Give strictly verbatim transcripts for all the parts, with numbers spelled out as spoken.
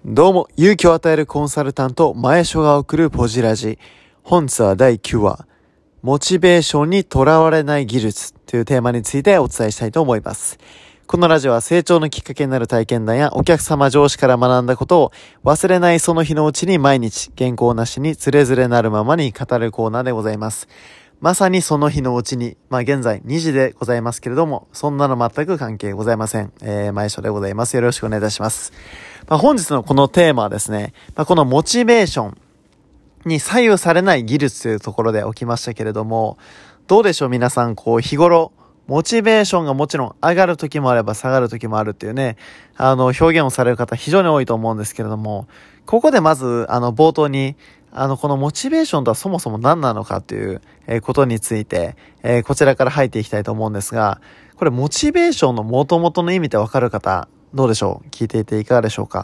どうも、勇気を与えるコンサルタント、前所が送るポジラジ。本日はだいきゅうわ、モチベーションにとらわれない技術というテーマについてお伝えしたいと思います。このラジオは成長のきっかけになる体験談やお客様上司から学んだことを忘れないその日のうちに毎日原稿なしにつれづれなるままに語るコーナーでございます。まさにその日のうちに、まあ現在にじでございますけれども、そんなの全く関係ございません。えー、前所でございます。よろしくお願いいたします。まあ、本日のこのテーマはですね、まあ、このモチベーションに左右されない技術というところで起きましたけれども、どうでしょう皆さん、こう日頃、モチベーションがもちろん上がる時もあれば下がる時もあるっていうね、あの表現をされる方非常に多いと思うんですけれども、ここでまずあの冒頭に、あのこのモチベーションとはそもそも何なのかということについて、えー、こちらから入っていきたいと思うんですが、これモチベーションの元々の意味ってわかる方、どうでしょう？聞いていていかがでしょうか？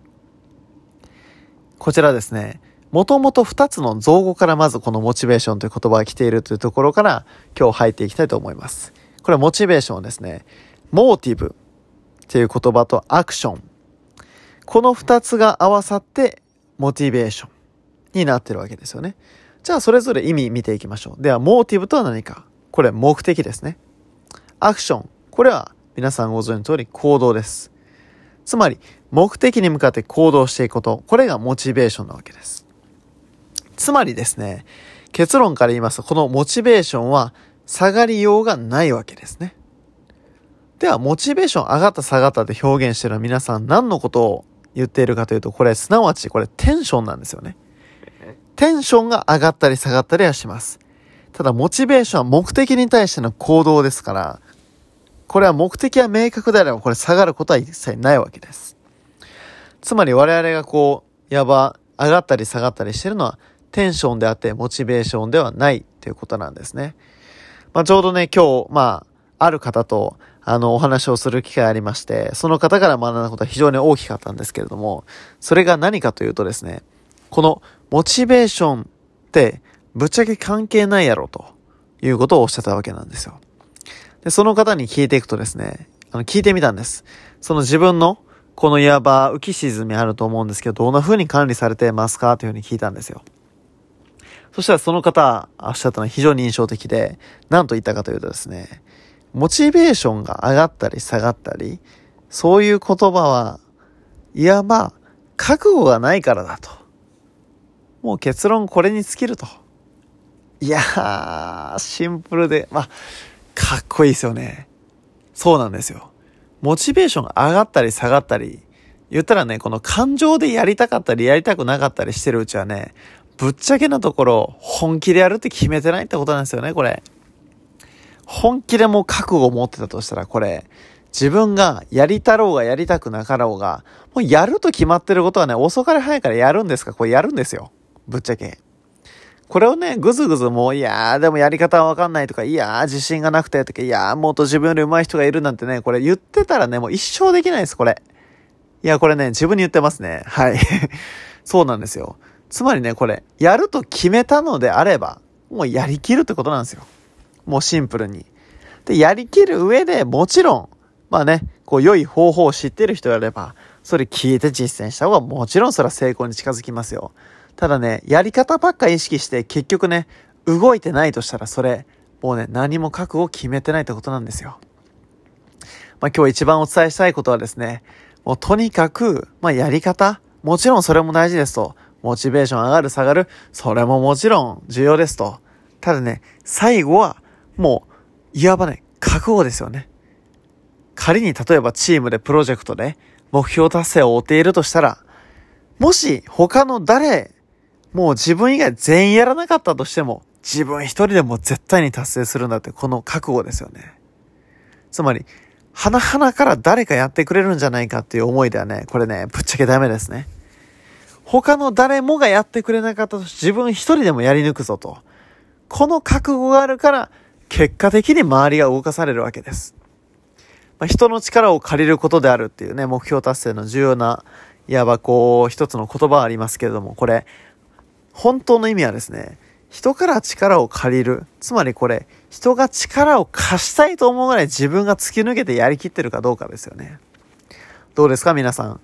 こちらですね、もともとふたつの造語からまずこのモチベーションという言葉が来ているというところから今日入っていきたいと思います。これはモチベーションはですね、モーティブという言葉とアクション。このふたつが合わさってモチベーションになっているわけですよね。じゃあそれぞれ意味見ていきましょう。ではモーティブとは何か？これ目的ですね。アクション。これは皆さんご存知の通り行動です。つまり目的に向かって行動していくこと、これがモチベーションなわけです。つまりですね、結論から言いますとこのモチベーションは下がりようがないわけですね。ではモチベーション上がった下がったで表現しているのは皆さん何のことを言っているかというと、これすなわちこれテンションなんですよね。テンションが上がったり下がったりはします。ただモチベーションは目的に対しての行動ですから、これは目的は明確であればこれ下がることは一切ないわけです。つまり我々がこうやば上がったり下がったりしているのはテンションであってモチベーションではないということなんですね。まあ、ちょうどね今日まあある方とあのお話をする機会がありまして、その方から学んだことは非常に大きかったんですけれども、それが何かというとですね、このモチベーションってぶっちゃけ関係ないやろということをおっしゃったわけなんですよ。で、その方に聞いていくとですね、あの聞いてみたんです。その自分のこのいわば浮き沈みあると思うんですけど、どんな風に管理されてますかというふうに聞いたんですよ。そしたらその方おっしゃったのは非常に印象的で、何と言ったかというとですね、モチベーションが上がったり下がったり、そういう言葉はいわば覚悟がないからだと。もう結論これに尽きると。いやー、シンプルで、まあ、かっこいいですよね。そうなんですよ。モチベーションが上がったり下がったり、言ったらね、この感情でやりたかったりやりたくなかったりしてるうちはね、ぶっちゃけなところ本気でやるって決めてないってことなんですよね、これ。本気でもう覚悟を持ってたとしたら、これ、自分がやりたろうがやりたくなかろうが、もうやると決まってることはね、遅かれ早いからやるんですか、これやるんですよ。ぶっちゃけ。これをね、ぐずぐずもう、いやー、でもやり方はわかんないとか、いやー、自信がなくてとか、いやー、もっと自分より上手い人がいるなんてね、これ言ってたらね、もう一生できないです、これ。いや、これね、自分に言ってますね。はい。そうなんですよ。つまりね、これ、やると決めたのであれば、もうやりきるってことなんですよ。もうシンプルに。で、やりきる上でもちろん、まあね、こう良い方法を知ってる人であれば、それ聞いて実践した方がもちろんそれは成功に近づきますよ。ただね、やり方ばっか意識して結局ね、動いてないとしたらそれ、もうね、何も覚悟を決めてないってことなんですよ。まあ今日一番お伝えしたいことはですね、もうとにかく、まあやり方、もちろんそれも大事ですと。モチベーション上がる下がる、それももちろん重要ですと。ただね、最後はもう、いわばね、覚悟ですよね。仮に例えばチームでプロジェクトで目標達成を追っているとしたら、もし他の誰、もう自分以外全員やらなかったとしても、自分一人でも絶対に達成するんだってこの覚悟ですよね。つまり、花々から誰かやってくれるんじゃないかっていう思いではね、これね、ぶっちゃけダメですね。他の誰もがやってくれなかったとして自分一人でもやり抜くぞと。この覚悟があるから、結果的に周りが動かされるわけです。まあ、人の力を借りることであるっていうね、目標達成の重要な、いわばこう、一つの言葉はありますけれども、これ、本当の意味はですね、人から力を借りる。つまりこれ、人が力を貸したいと思うぐらい自分が突き抜けてやりきってるかどうかですよね。どうですか皆さん。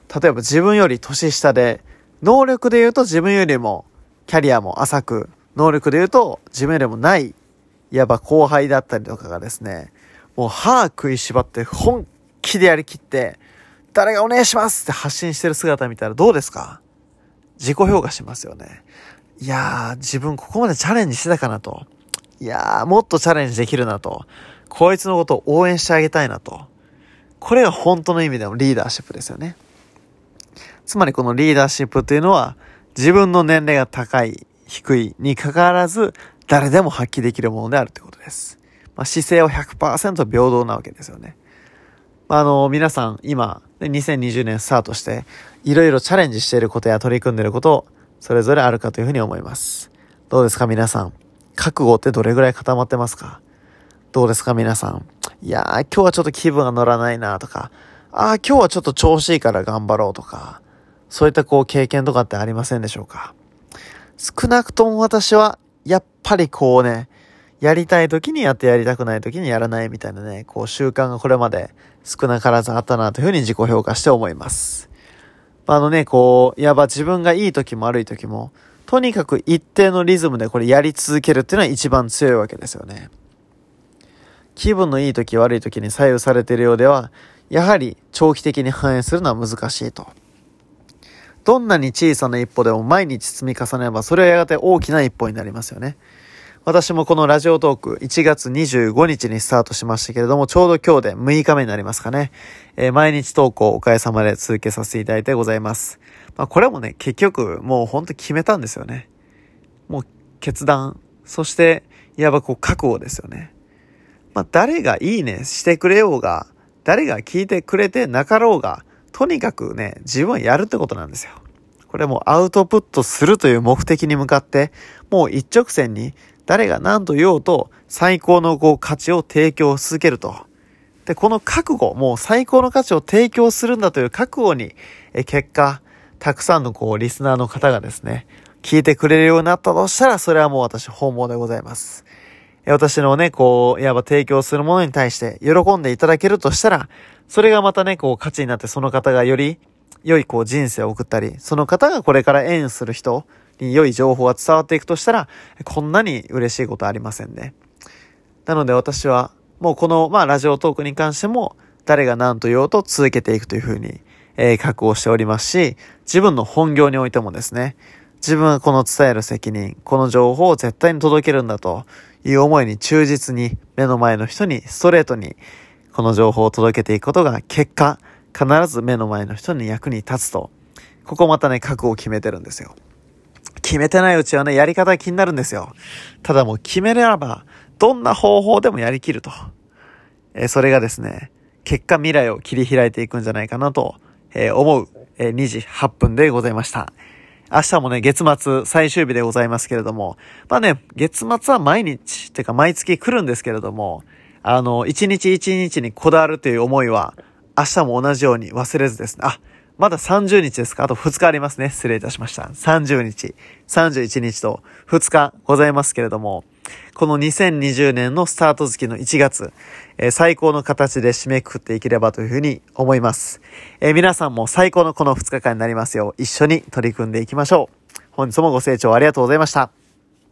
例えば自分より年下で、能力で言うと自分よりもキャリアも浅く、能力で言うと自分よりもない、いわば後輩だったりとかがですね、もう歯食いしばって本気でやりきって、誰がお願いしますって発信してる姿見たらどうですか？自己評価しますよね。いやー、自分ここまでチャレンジしてたかなと。いやー、もっとチャレンジできるなと。こいつのことを応援してあげたいなと。これが本当の意味でのリーダーシップですよね。つまりこのリーダーシップというのは、自分の年齢が高い、低いに関わらず、誰でも発揮できるものであるということです。まあ、姿勢は ひゃくパーセント 平等なわけですよね。まあ、あの、皆さん今、にせんにじゅうねんスタートして、いろいろチャレンジしていることや取り組んでいること、それぞれあるかというふうに思います。どうですか皆さん。覚悟ってどれぐらい固まってますか？どうですか皆さん。いやー、今日はちょっと気分が乗らないなとか、あー、今日はちょっと調子いいから頑張ろうとか、そういったこう経験とかってありませんでしょうか？少なくとも私は、やっぱりこうね、やりたい時にやってやりたくない時にやらないみたいなね、こう習慣がこれまで少なからずあったなというふうに自己評価して思います。あのね、こう、いわば自分がいい時も悪い時も、とにかく一定のリズムでこれやり続けるっていうのは一番強いわけですよね。気分のいい時悪い時に左右されているようでは、やはり長期的に反映するのは難しいと。どんなに小さな一歩でも毎日積み重ねれば、それはやがて大きな一歩になりますよね。私もこのラジオトークいちがつにじゅうごにちにスタートしましたけれども、ちょうど今日でむいかめになりますかね。えー、毎日投稿おかげさまで続けさせていただいてございます。まあこれもね、結局もうほんと決めたんですよね。もう決断、そしていわばこう覚悟ですよね。まあ誰がいいねしてくれようが、誰が聞いてくれてなかろうが、とにかくね、自分はやるってことなんですよ。これもうアウトプットするという目的に向かって、もう一直線に誰が何と言おうと最高のこう価値を提供し続けると。で、この覚悟、もう最高の価値を提供するんだという覚悟に、え結果、たくさんのこうリスナーの方がですね、聞いてくれるようになったとしたら、それはもう私本望でございます。え私のね、こう、いわば提供するものに対して喜んでいただけるとしたら、それがまたね、こう価値になってその方がより良いこう人生を送ったり、その方がこれから縁する人に良い情報が伝わっていくとしたら、こんなに嬉しいことありませんね。なので私は、もうこの、まあラジオトークに関しても、誰が何と言おうと続けていくというふうに、えー、覚悟しておりますし、自分の本業においてもですね、自分はこの伝える責任、この情報を絶対に届けるんだという思いに忠実に、目の前の人にストレートに、この情報を届けていくことが結果、必ず目の前の人に役に立つと。ここまたね、覚悟を決めてるんですよ。決めてないうちはね、やり方が気になるんですよ。ただもう決めれば、どんな方法でもやりきると。えー、それがですね、結果未来を切り開いていくんじゃないかなと、えー、思う、えー、にじはっぷんでございました。明日もね、月末最終日でございますけれども、まあね、月末は毎日、ってか毎月来るんですけれども、あの、一日一日にこだわるという思いは、明日も同じように忘れずですね。あ、まださんじゅうにちですか？あとふつかありますね。失礼いたしました。さんじゅうにち、さんじゅういちにちとふつかございますけれども、このにせんにじゅうねんのスタート月のいちがつ、えー、最高の形で締めくくっていければというふうに思います。えー、皆さんも最高のこのふつかかんになりますよう一緒に取り組んでいきましょう。本日もご清聴ありがとうございました。